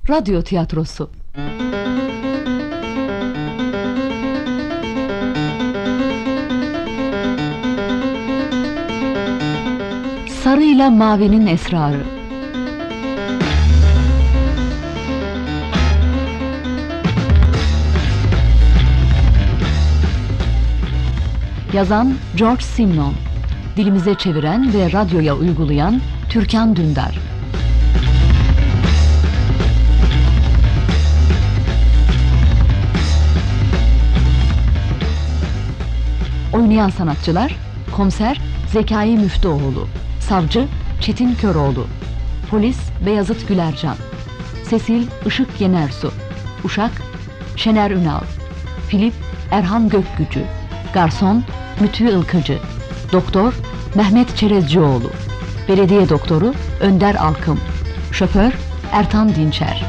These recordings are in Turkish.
Radyo tiyatrosu. Sarıyla Mavinin Esrarı. Yazan George Simenon, dilimize çeviren ve radyoya uygulayan Türkan Dündar. Oynayan sanatçılar: Komiser Zekai Müftüoğlu, Savcı Çetin Köroğlu, Polis Beyazıt Gülercan, Sesil Işık Yenersu, Uşak Şener Ünal, Filip Erhan Gökgücü, Garson Mütü Ilkıcı, Doktor Mehmet Çerezcioğlu, Belediye Doktoru Önder Alkım, Şoför Ertan Dinçer.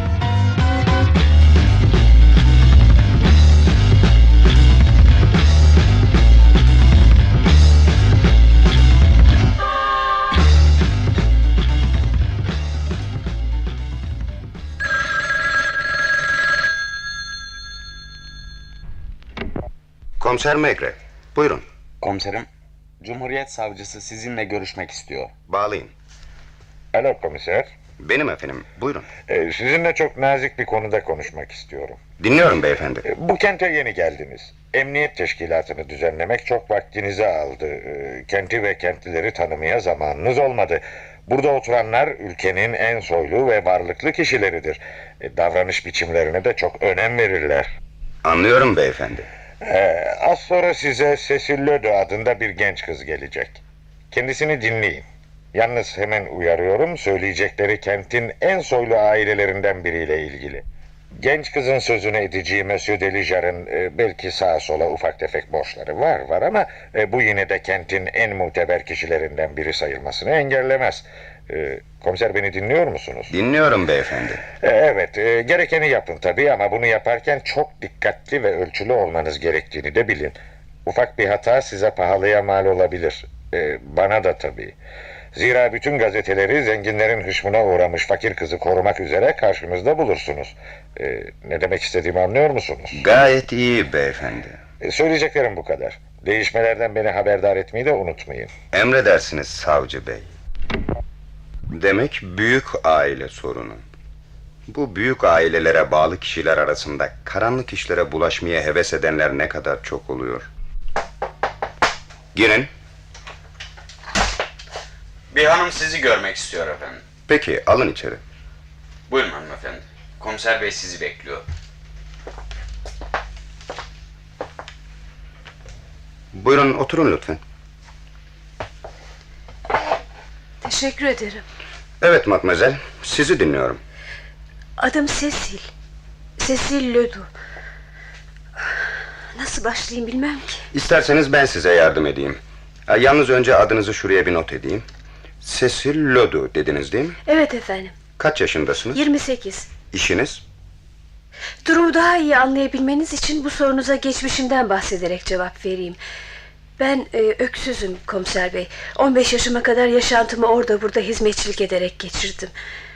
Komiser Megre, buyurun. Komiserim, Cumhuriyet Savcısı sizinle görüşmek istiyor. Bağlayın. Alo komiser. Benim efendim, buyurun. Sizinle çok nazik bir konuda konuşmak istiyorum. Dinliyorum beyefendi. Bu kente yeni geldiniz. Emniyet teşkilatını düzenlemek çok vaktinizi aldı. Kenti ve kentlileri tanımaya zamanınız olmadı. Burada oturanlar ülkenin en soylu ve varlıklı kişileridir. Davranış biçimlerine de çok önem verirler. Anlıyorum beyefendi. Az sonra size Cecil Lödö adında bir genç kız gelecek. Kendisini dinleyin. Yalnız hemen uyarıyorum, söyleyecekleri kentin en soylu ailelerinden biriyle ilgili. Genç kızın sözünü edeceği Monsieur Delijar'ın belki sağa sola ufak tefek borçları var ama bu yine de kentin en muteber kişilerinden biri sayılmasını engellemez. Komiser, beni dinliyor musunuz? Dinliyorum beyefendi. Evet, gerekeni yapın tabii ama bunu yaparken çok dikkatli ve ölçülü olmanız gerektiğini de bilin. Ufak bir hata size pahalıya mal olabilir. Bana da tabii. Zira bütün gazeteleri zenginlerin hışmına uğramış fakir kızı korumak üzere karşınızda bulursunuz. Ne demek istediğimi anlıyor musunuz? Gayet iyi beyefendi. Söyleyeceklerim bu kadar. Değişmelerden beni haberdar etmeyi de unutmayın. Emredersiniz savcı bey. Demek büyük aile sorunu. Bu büyük ailelere bağlı kişiler arasında karanlık işlere bulaşmaya heves edenler ne kadar çok oluyor. Girin. Bir hanım sizi görmek istiyor efendim. Peki, alın içeri. Buyurun hanımefendi. Komiser bey sizi bekliyor. Buyurun, oturun lütfen. Teşekkür ederim. Evet matmazel, sizi dinliyorum. Adım Cecil. Cecil Lödö. Nasıl başlayayım bilmem ki. İsterseniz ben size yardım edeyim. Yalnız önce adınızı şuraya bir not edeyim. Cecil Lödö dediniz değil mi? Evet efendim. Kaç yaşındasınız? 28. İşiniz? Durumu daha iyi anlayabilmeniz için bu sorunuza geçmişimden bahsederek cevap vereyim. Ben öksüzüm komiser bey. 15 yaşıma kadar yaşantımı orada burada hizmetçilik ederek geçirdim.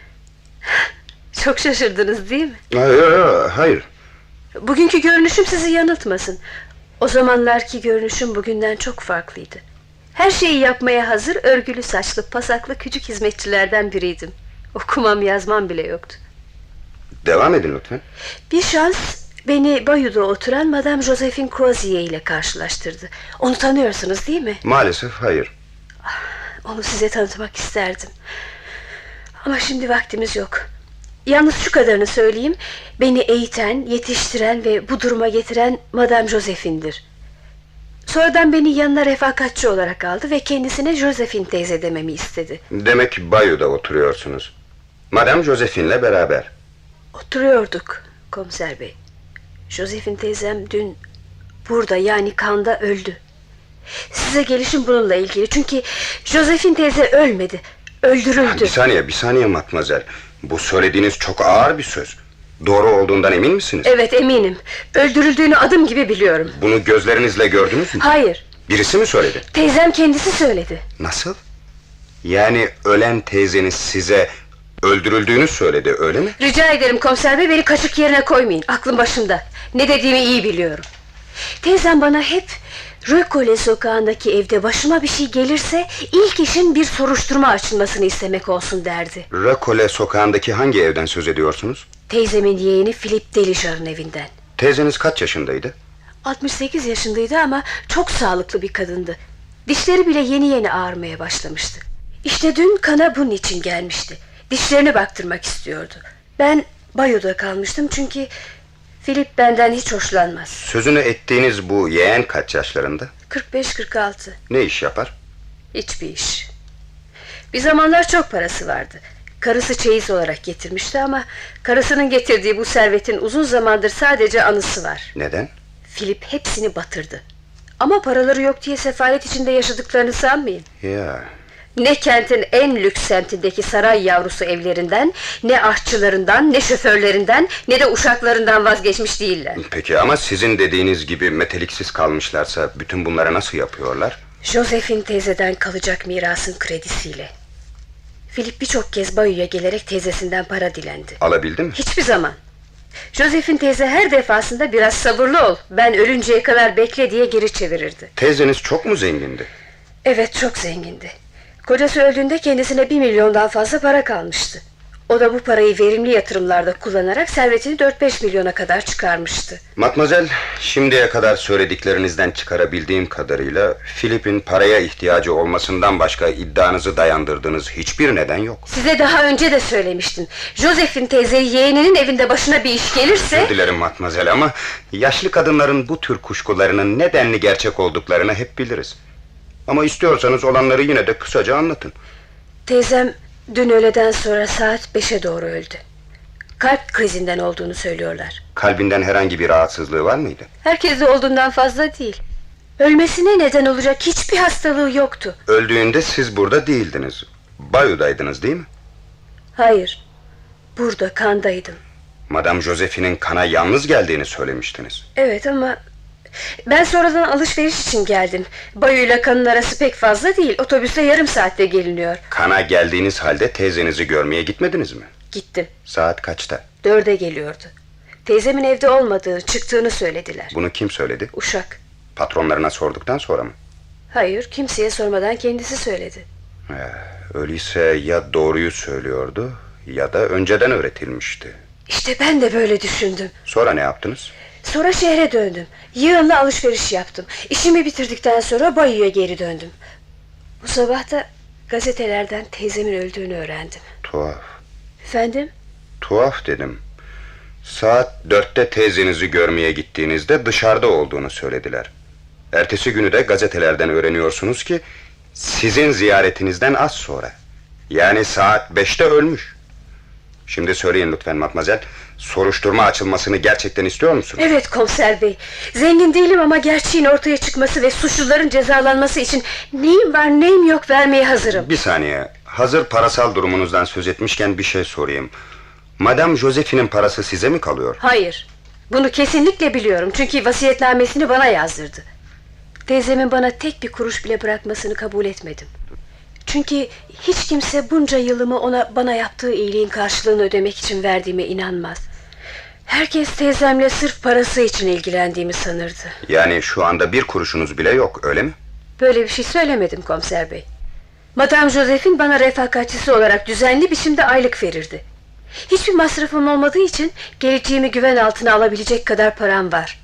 Çok şaşırdınız değil mi? Hayır. Bugünkü görünüşüm sizi yanıltmasın. O zamanlarki görünüşüm bugünden çok farklıydı. Her şeyi yapmaya hazır, örgülü saçlı, pasaklı küçük hizmetçilerden biriydim. Okumam yazmam bile yoktu. Devam edin lütfen. Bir şans beni Bayou'da oturan Madame Josephine Crozier ile karşılaştırdı. Onu tanıyorsunuz değil mi? Maalesef hayır. Onu size tanıtmak isterdim. Ama şimdi vaktimiz yok. Yalnız şu kadarını söyleyeyim. Beni eğiten, yetiştiren ve bu duruma getiren Madame Josephine'dir. Sonradan beni yanına refakatçi olarak aldı ve kendisine Josephine teyze dememi istedi. Demek Bayou'da oturuyorsunuz. Madame Josephine'le beraber. Oturuyorduk komiser bey. Josephine teyzem dün burada, yani Cannes'da öldü. Size gelişim bununla ilgili. Çünkü Josephine teyze ölmedi, öldürüldü. Bir saniye matmazel. Bu söylediğiniz çok ağır bir söz. Doğru olduğundan emin misiniz? Evet, eminim. Öldürüldüğünü adım gibi biliyorum. Bunu gözlerinizle gördünüz mü? Hayır. Birisi mi söyledi? Teyzem kendisi söyledi. Nasıl? Yani ölen teyzeniz size Öldürüldüğünü söyledi, öyle mi? Rica ederim komiser bey, beni kaşık yerine koymayın. Aklım başımda. Ne dediğimi iyi biliyorum. Teyzem bana hep Rökole sokağındaki evde başıma bir şey gelirse ilk işin bir soruşturma açılmasını istemek olsun derdi. Rökole sokağındaki hangi evden söz ediyorsunuz? Teyzemin yeğeni Philip Delishar'ın evinden. Teyzeniz kaç yaşındaydı? 68 yaşındaydı ama çok sağlıklı bir kadındı. Dişleri bile yeni yeni ağrımaya başlamıştı. İşte dün kana bunun için gelmişti. Dişlerine baktırmak istiyordu. Ben banyoda kalmıştım çünkü Philip benden hiç hoşlanmaz. Sözünü ettiğiniz bu yeğen kaç yaşlarında? 45-46. Ne iş yapar? Hiçbir iş. Bir zamanlar çok parası vardı. Karısı çeyiz olarak getirmişti ama karısının getirdiği bu servetin uzun zamandır sadece anısı var. Neden? Philip hepsini batırdı. Ama paraları yok diye sefalet içinde yaşadıklarını sanmayın. Ya, Ne kentin en lüks semtindeki saray yavrusu evlerinden, ne aşçılarından, ne şoförlerinden, ne de uşaklarından vazgeçmiş değiller. peki ama sizin dediğiniz gibi meteliksiz kalmışlarsa bütün bunları nasıl yapıyorlar? Josephine teyzeden kalacak mirasın kredisiyle. Philip birçok kez banyoya gelerek teyzesinden para dilendi. Alabildi mi? Hiçbir zaman. Josephine teyze her defasında biraz sabırlı ol, ben ölünceye kadar bekle diye geri çevirirdi. Teyzeniz çok mu zengindi? Evet, çok zengindi. Kocası öldüğünde kendisine 1 milyondan fazla para kalmıştı. O da bu parayı verimli yatırımlarda kullanarak servetini 4-5 milyona kadar çıkarmıştı. Matmazel, şimdiye kadar söylediklerinizden çıkarabildiğim kadarıyla Philip'in paraya ihtiyacı olmasından başka iddianızı dayandırdığınız hiçbir neden yok. Size daha önce de söylemiştim. Josephine teyze yeğeninin evinde başına bir iş gelirse... Özür dilerim Matmazel ama yaşlı kadınların bu tür kuşkularının nedenli gerçek olduklarını hep biliriz. Ama istiyorsanız olanları yine de kısaca anlatın. Teyzem dün öğleden sonra saat 5'e doğru öldü. Kalp krizinden olduğunu söylüyorlar. Kalbinden herhangi bir rahatsızlığı var mıydı? Herkeste olduğundan fazla değil. Ölmesine neden olacak hiçbir hastalığı yoktu. Öldüğünde siz burada değildiniz. Bayou'daydınız değil mi? Hayır, burada kandaydım. Madame Josephine'in kana yalnız geldiğini söylemiştiniz. Evet ama ben sonradan alışveriş için geldim. Bayou'yla kanın arası pek fazla değil. Otobüsle yarım saatte geliniyor. Kana geldiğiniz halde teyzenizi görmeye gitmediniz mi? Gittim. Saat kaçta? 4'e geliyordu. Teyzemin evde olmadığını, çıktığını söylediler. Bunu kim söyledi? Uşak. Patronlarına sorduktan sonra mı? Hayır, kimseye sormadan kendisi söyledi. Öyleyse ya doğruyu söylüyordu ya da önceden öğretilmişti. İşte ben de böyle düşündüm. Sonra ne yaptınız? Sonra şehre döndüm. Yığınla alışveriş yaptım. İşimi bitirdikten sonra Bayou'ya geri döndüm. Bu sabah da gazetelerden teyzemin öldüğünü öğrendim. Tuhaf. Efendim? Tuhaf dedim. Saat 4'te teyzenizi görmeye gittiğinizde dışarıda olduğunu söylediler. Ertesi günü de gazetelerden öğreniyorsunuz ki sizin ziyaretinizden az sonra. Yani saat 5'te ölmüş. Şimdi söyleyin lütfen Matmazel, soruşturma açılmasını gerçekten istiyor musunuz? Evet komiser bey. Zengin değilim ama gerçeğin ortaya çıkması ve suçluların cezalanması için neyim var neyim yok vermeye hazırım. Bir saniye, hazır parasal durumunuzdan söz etmişken bir şey sorayım. Madame Josephine'in parası size mi kalıyor? Hayır, bunu kesinlikle biliyorum çünkü vasiyetnamesini bana yazdırdı. Teyzemin bana tek bir kuruş bile bırakmasını kabul etmedim. Çünkü hiç kimse bunca yılımı bana yaptığı iyiliğin karşılığını ödemek için verdiğime inanmaz. Herkes teyzemle sırf parası için ilgilendiğimi sanırdı. Yani şu anda bir kuruşunuz bile yok, öyle mi? Böyle bir şey söylemedim komiser bey. Madame Josephine bana refakatçisi olarak düzenli biçimde aylık verirdi. Hiçbir masrafım olmadığı için geleceğimi güven altına alabilecek kadar param var.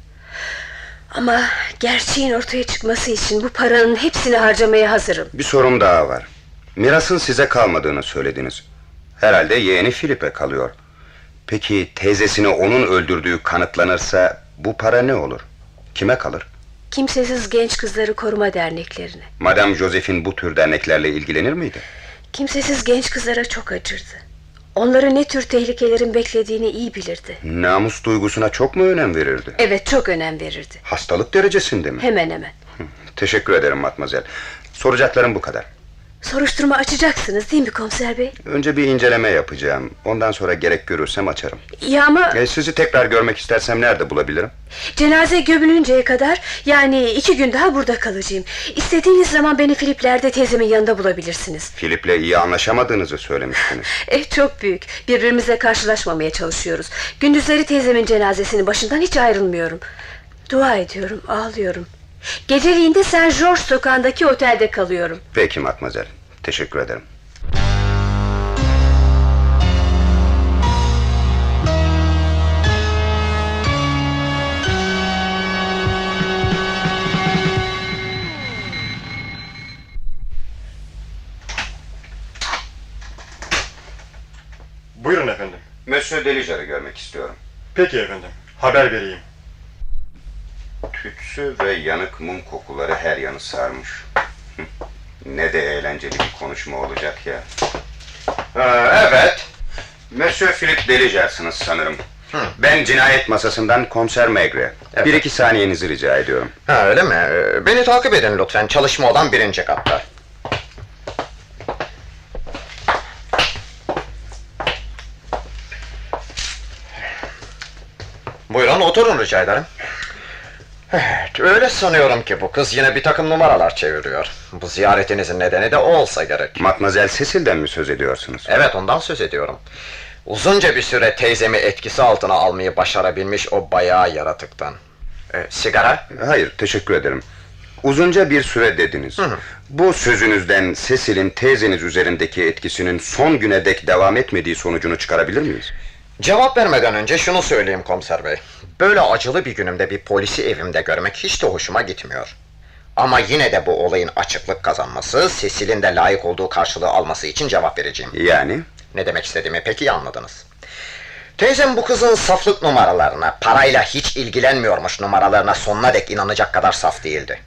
Ama gerçeğin ortaya çıkması için bu paranın hepsini harcamaya hazırım. Bir sorum daha var. Mirasın size kalmadığını söylediniz. Herhalde yeğeni Philip'e kalıyor. Peki teyzesini onun öldürdüğü kanıtlanırsa bu para ne olur? Kime kalır? Kimsesiz Genç Kızları Koruma Derneklerine. Madame Josephine bu tür derneklerle ilgilenir miydi? Kimsesiz genç kızlara çok acırdı. Onları ne tür tehlikelerin beklediğini iyi bilirdi. Namus duygusuna çok mu önem verirdi? Evet, çok önem verirdi. Hastalık derecesinde mi? Hemen hemen. Teşekkür ederim Matmazel. Soracaklarım bu kadar. Soruşturma açacaksınız değil mi komiser bey? Önce bir inceleme yapacağım. Ondan sonra gerek görürsem açarım. Ya ama Sizi tekrar görmek istersem nerede bulabilirim? cenaze gömülünceye kadar, yani 2 gün daha burada kalacağım. İstediğiniz zaman beni Filipler'de teyzemin yanında bulabilirsiniz. Filip'le iyi anlaşamadığınızı söylemiştiniz. Çok büyük. Birbirimizle karşılaşmamaya çalışıyoruz. Gündüzleri teyzemin cenazesinin başından hiç ayrılmıyorum. Dua ediyorum, ağlıyorum. Geceliğinde Saint George sokağındaki otelde kalıyorum. Peki Matmazel. Teşekkür ederim. Buyurun efendim. Monsieur Deliger'i görmek istiyorum. Peki efendim. Haber vereyim. Tütsü ve yanık mum kokuları her yanı sarmış. Ne de eğlenceli bir konuşma olacak ya. Evet. Monsieur Philip Deliger'sınız sanırım. Ben cinayet masasından komiser Maigret. Evet. 1-2 saniyenizi rica ediyorum. Ha, öyle mi? Beni takip edin lütfen. Çalışma odam 1. katta. Buyurun oturun rica ederim. Evet, öyle sanıyorum ki bu kız yine bir takım numaralar çeviriyor. Bu ziyaretinizin nedeni de o olsa gerek. Matmazel Cecil'den mi söz ediyorsunuz? Evet, ondan söz ediyorum. Uzunca bir süre teyzemi etkisi altına almayı başarabilmiş o bayağı yaratıktan. Sigara? Hayır, teşekkür ederim. Uzunca bir süre dediniz. Bu sözünüzden Cecil'in teyzeniz üzerindeki etkisinin son güne dek devam etmediği sonucunu çıkarabilir miyiz? Cevap vermeden önce şunu söyleyeyim komiser bey. Böyle acılı bir günümde bir polisi evimde görmek hiç de hoşuma gitmiyor. Ama yine de bu olayın açıklık kazanması, Cecil'in de layık olduğu karşılığı alması için cevap vereceğim. Yani? Ne demek istediğimi pek iyi anladınız. Teyzem bu kızın saflık numaralarına, parayla hiç ilgilenmiyormuş numaralarına sonuna dek inanacak kadar saf değildi.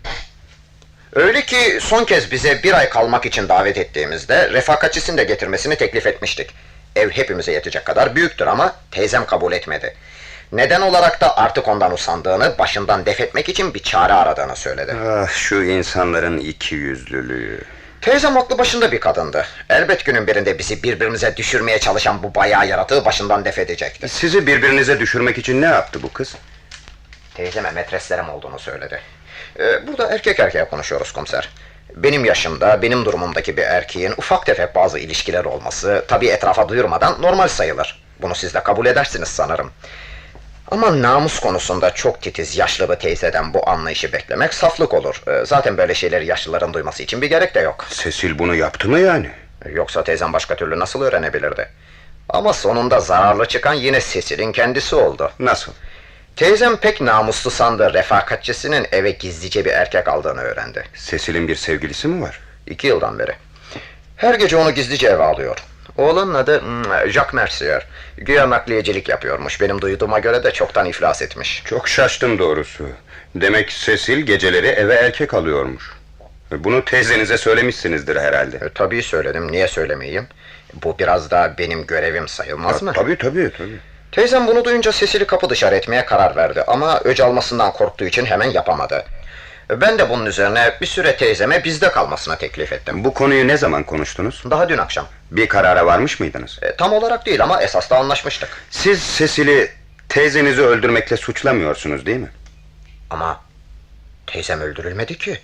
Öyle ki son kez bize 1 ay kalmak için davet ettiğimizde refakatçisini de getirmesini teklif etmiştik. Ev hepimize yetecek kadar büyüktür ama teyzem kabul etmedi. Neden olarak da artık ondan usandığını, başından def etmek için bir çare aradığını söyledi. Ah, şu insanların ikiyüzlülüğü. Teyzem aklı başında bir kadındı. Elbet günün birinde bizi birbirimize düşürmeye çalışan bu bayağı yaratığı başından def edecekti. Sizi birbirinize düşürmek için ne yaptı bu kız? Teyzeme metreslerim olduğunu söyledi. Burada erkek erkeğe konuşuyoruz komiser. Benim yaşımda, benim durumumdaki bir erkeğin ufak tefek bazı ilişkiler olması, tabii etrafa duyurmadan normal sayılır. Bunu siz de kabul edersiniz sanırım. Ama namus konusunda çok titiz yaşlı bir teyzeden bu anlayışı beklemek saflık olur. Zaten böyle şeyleri yaşlıların duyması için bir gerek de yok. Cecil bunu yaptı mı yani? Yoksa teyzem başka türlü nasıl öğrenebilirdi? Ama sonunda zararlı çıkan yine Cecil'in kendisi oldu. Nasıl? Teyzem pek namuslu sandığı refakatçisinin eve gizlice bir erkek aldığını öğrendi. Cecil'in bir sevgilisi mi var? 2 yıldan beri. Her gece onu gizlice eve alıyor. Oğlanın adı Jacques Mercier. Güya nakliyecilik yapıyormuş. Benim duyduğuma göre de çoktan iflas etmiş. Çok şaştım doğrusu. Demek Cecil geceleri eve erkek alıyormuş. Bunu teyzenize söylemişsinizdir herhalde. Tabii söyledim. Niye söylemeyeyim? Bu biraz da benim görevim sayılmaz mı? Tabii. Teyzem bunu duyunca Cecil'i kapı dışarı etmeye karar verdi. Ama öc almasından korktuğu için hemen yapamadı. Ben de bunun üzerine bir süre teyzeme bizde kalmasına teklif ettim. Bu konuyu ne zaman konuştunuz? Daha dün akşam. Bir karara varmış mıydınız? Tam olarak değil ama esas da anlaşmıştık. Siz Cecil'i teyzenizi öldürmekle suçlamıyorsunuz değil mi? Ama teyzem öldürülmedi ki.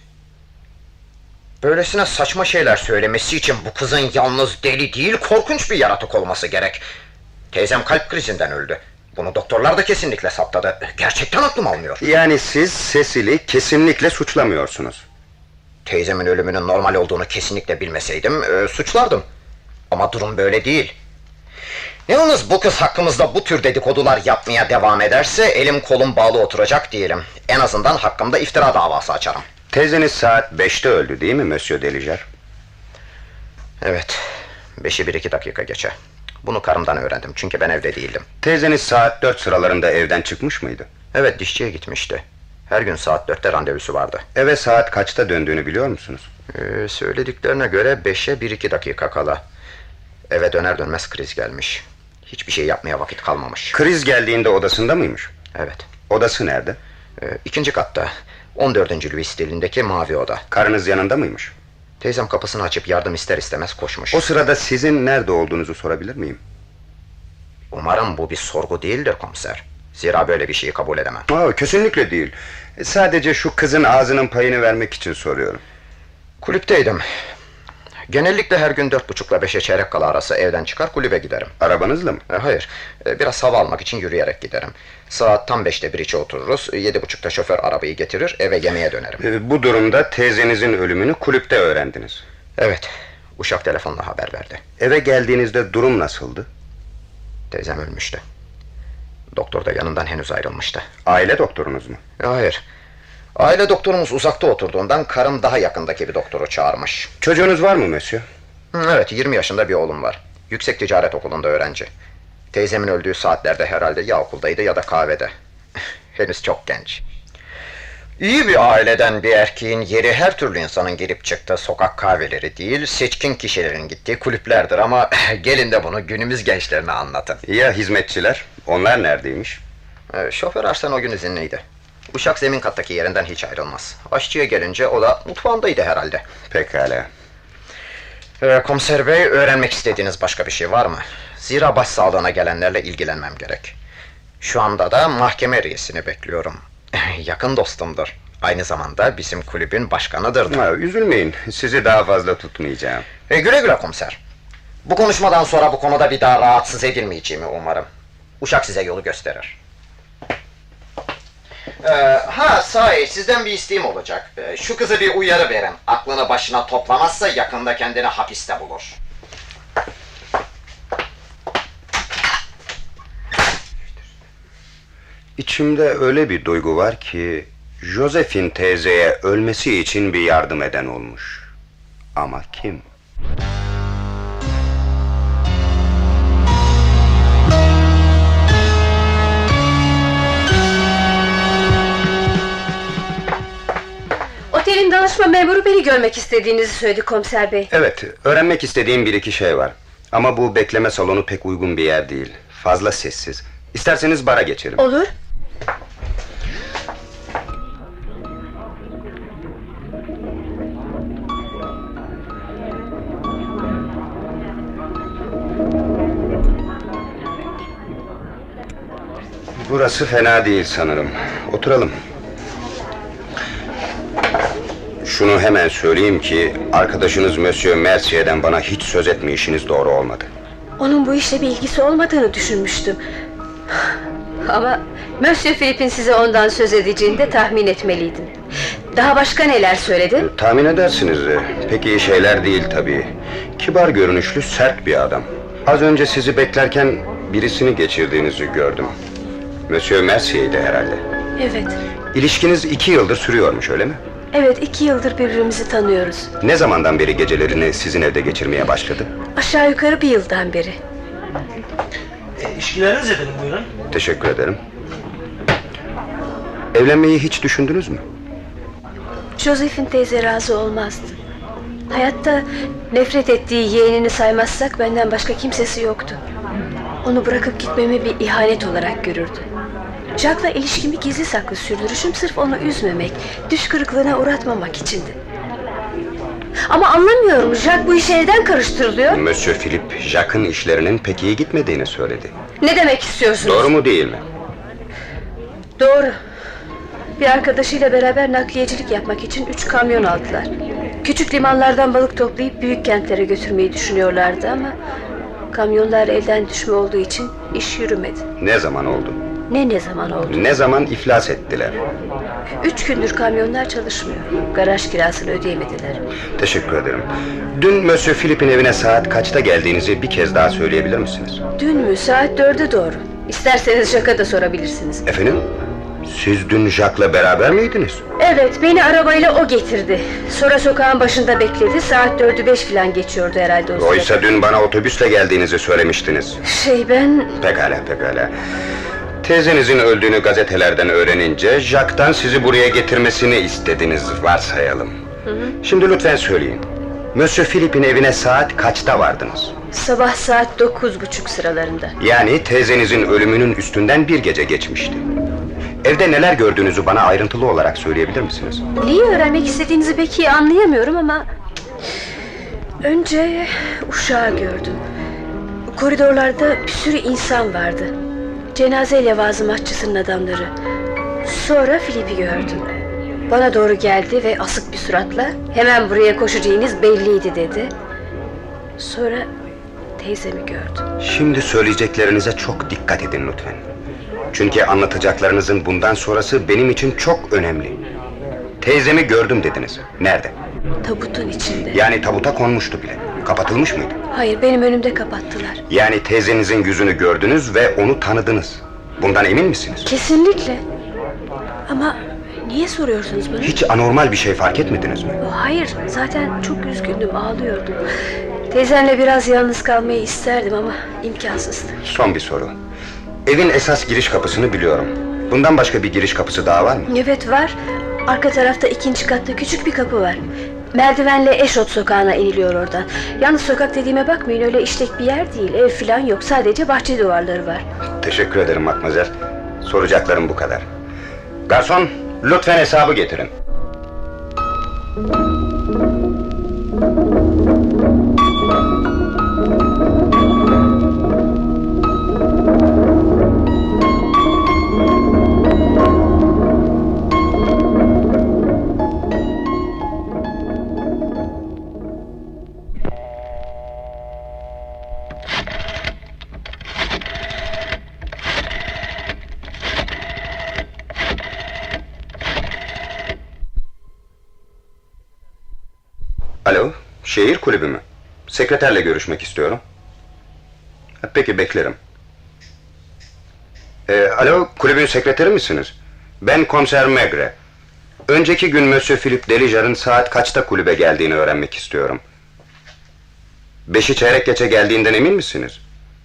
Böylesine saçma şeyler söylemesi için bu kızın yalnız deli değil, korkunç bir yaratık olması gerek. Teyzem kalp krizinden öldü. Bunu doktorlar da kesinlikle saptadı. Gerçekten aklım almıyor. Yani siz Cecil'i kesinlikle suçlamıyorsunuz. Teyzemin ölümünün normal olduğunu kesinlikle bilmeseydim suçlardım. Ama durum böyle değil. Yalnız bu kız hakkımızda bu tür dedikodular yapmaya devam ederse elim kolum bağlı oturacak değilim. En azından hakkımda iftira davası açarım. Teyzeniz saat 5'te öldü değil mi Monsieur Deliger? Evet, 5'i 1-2 dakika geçe. Bunu karımdan öğrendim çünkü ben evde değildim. Teyzeniz saat 4 sıralarında evden çıkmış mıydı? Evet, dişçiye gitmişti. Her gün saat 4'te randevusu vardı. Eve saat kaçta döndüğünü biliyor musunuz? Söylediklerine göre 5'e 1-2 dakika kala. Eve döner dönmez kriz gelmiş. Hiçbir şey yapmaya vakit kalmamış. Kriz geldiğinde odasında mıymış? Evet. Odası nerede? 2. katta. 14. Louis stilindeki mavi oda. Karınız yanında mıymış? Teyzem kapısını açıp yardım ister istemez koşmuş. O sırada sizin nerede olduğunuzu sorabilir miyim? Umarım bu bir sorgu değildir komiser. Zira böyle bir şeyi kabul edemem. Kesinlikle değil. Sadece şu kızın ağzının payını vermek için soruyorum. Kulüpteydim. Genellikle her gün 4.30'la 5'e çeyrek kala arası evden çıkar kulübe giderim. Arabanızla mı? Hayır, biraz hava almak için yürüyerek giderim. Saat tam 5'te bir içe otururuz, 7.30'da şoför arabayı getirir, eve yemeğe dönerim. Bu durumda teyzenizin ölümünü kulüpte öğrendiniz. Evet, uşak telefonla haber verdi. Eve geldiğinizde durum nasıldı? Teyzem ölmüştü. Doktor da yanından henüz ayrılmıştı. Aile doktorunuz mu? Hayır. Aile doktorumuz uzakta oturduğundan karım daha yakındaki bir doktoru çağırmış. Çocuğunuz var mı monsieur? Evet, 20 yaşında bir oğlum var. Yüksek ticaret okulunda öğrenci. Teyzemin öldüğü saatlerde herhalde ya okuldaydı ya da kahvede. Henüz çok genç. İyi bir aileden bir erkeğin yeri her türlü insanın girip çıktığı sokak kahveleri değil, seçkin kişilerin gittiği kulüplerdir ama gelin de bunu günümüz gençlerine anlatın. Ya hizmetçiler? Onlar neredeymiş? Şoför Arsen o gün izinliydi. Uşak zemin kattaki yerinden hiç ayrılmaz. Aşçıya gelince o da mutfağındaydı herhalde. Pekala. Komiser bey, öğrenmek istediğiniz başka bir şey var mı? Zira başsağlığına gelenlerle ilgilenmem gerek. Şu anda da mahkeme reisini bekliyorum. Yakın dostumdur. Aynı zamanda bizim kulübün başkanıdır. Üzülmeyin, sizi daha fazla tutmayacağım. Güle güle komiser. Bu konuşmadan sonra bu konuda bir daha rahatsız edilmeyeceğimi umarım. Uşak size yolu gösterir. Sahi sizden bir isteğim olacak. Şu kızı bir uyarı verin. Aklını başına toplamazsa yakında kendini hapiste bulur. İçimde öyle bir duygu var ki Josephine teyzeye ölmesi için bir yardım eden olmuş. Ama kim? Otelin danışma memuru beni görmek istediğinizi söyledi komiser bey. Evet, öğrenmek istediğim bir iki şey var. Ama bu bekleme salonu pek uygun bir yer değil. Fazla sessiz. İsterseniz bara geçelim. Olur. Burası fena değil sanırım. Oturalım. Şunu hemen söyleyeyim ki arkadaşınız Monsieur Mercier'den bana hiç söz etme işiniz doğru olmadı. Onun bu işle bir ilgisi olmadığını düşünmüştüm. Ama Monsieur Philip'in size ondan söz edeceğini de tahmin etmeliydim. Daha başka neler söyledi? Tahmin edersiniz. Pek iyi şeyler değil tabii. Kibar görünüşlü, sert bir adam. Az önce sizi beklerken birisini geçirdiğinizi gördüm. Monsieur Mercier'di herhalde. Evet. İlişkiniz 2 yıldır sürüyormuş, öyle mi? Evet, 2 yıldır birbirimizi tanıyoruz. Ne zamandan beri gecelerini sizin evde geçirmeye başladı? Aşağı yukarı 1 yıldan beri. İçkileriniz efendim, buyurun. Teşekkür ederim. Evlenmeyi hiç düşündünüz mü? Josephine teyze razı olmazdı. Hayatta nefret ettiği yeğenini saymazsak benden başka kimsesi yoktu. Onu bırakıp gitmemi bir ihanet olarak görürdü. Jack'la ilişkimi gizli saklı sürdürüşüm sırf onu üzmemek, düş kırıklığına uğratmamak içindi. Ama anlamıyorum, Jack bu işe neden karıştırılıyor? Monsieur Philip, Jacques'ın işlerinin pek iyi gitmediğini söyledi. Ne demek istiyorsunuz? Doğru mu değil mi? Doğru. Bir arkadaşıyla beraber nakliyecilik yapmak için 3 kamyon aldılar. Küçük limanlardan balık toplayıp büyük kentlere götürmeyi düşünüyorlardı ama kamyonlar elden düşme olduğu için iş yürümedi. Ne zaman oldu? Ne zaman oldu? Ne zaman iflas ettiler? 3 gündür kamyonlar çalışmıyor. Garaj kirasını ödeyemediler. Teşekkür ederim. Dün Monsieur Philip'in evine saat kaçta geldiğinizi bir kez daha söyleyebilir misiniz? Dün mü? Saat 4'e doğru. İsterseniz Jack'a da sorabilirsiniz. Efendim? Siz dün Jacques'la beraber miydiniz? Evet, beni arabayla o getirdi. Sonra sokağın başında bekledi. Saat 4'ü 5 falan geçiyordu herhalde o sırada. Oysa dün bana otobüsle geldiğinizi söylemiştiniz. Ben... Pekala. Teyzenizin öldüğünü gazetelerden öğrenince Jacques'tan sizi buraya getirmesini istediniz varsayalım. Şimdi lütfen söyleyin. Monsieur Philip'in evine saat kaçta vardınız? Sabah saat 9.30 sıralarında. Yani teyzenizin ölümünün üstünden bir gece geçmişti. Evde neler gördüğünüzü bana ayrıntılı olarak söyleyebilir misiniz? Neyi öğrenmek istediğinizi pek iyi anlayamıyorum ama... Önce uşağı gördüm. Koridorlarda bir sürü insan vardı. Cenaze levazımatçısının adamları. Sonra Filip'i gördüm. Bana doğru geldi ve asık bir suratla "Hemen buraya koşacağınız belliydi" dedi. Sonra teyzemi gördüm. Şimdi söyleyeceklerinize çok dikkat edin lütfen. Çünkü anlatacaklarınızın bundan sonrası benim için çok önemli. Teyzemi gördüm dediniz. Nerede? Tabutun içinde. Yani tabuta konmuştu bile. Kapatılmış mıydı? Hayır, benim önümde kapattılar. Yani teyzenizin yüzünü gördünüz ve onu tanıdınız. Bundan emin misiniz? Kesinlikle. Ama niye soruyorsunuz bunu? Hiç anormal bir şey fark etmediniz mi? Hayır, zaten çok üzgündüm, ağlıyordum. Teyzemle biraz yalnız kalmayı isterdim ama imkansızdı. Son bir soru. Evin esas giriş kapısını biliyorum. Bundan başka bir giriş kapısı daha var mı? Evet, var. Arka tarafta 2. katta küçük bir kapı var. Merdivenle Eşot sokağına iniliyor oradan. Yalnız sokak dediğime bakmayın, öyle işlek bir yer değil. Ev falan yok, sadece bahçe duvarları var. Teşekkür ederim Matmazel. Soracaklarım bu kadar. Garson, lütfen hesabı getirin. Alo, şehir kulübü mü? Sekreterle görüşmek istiyorum. Peki, beklerim. Alo, kulübün sekreteri misiniz? Ben komiser Maigret. Önceki gün Monsieur Philippe Delijar'ın saat kaçta kulübe geldiğini öğrenmek istiyorum. 5'i çeyrek geçe geldiğinden emin misiniz?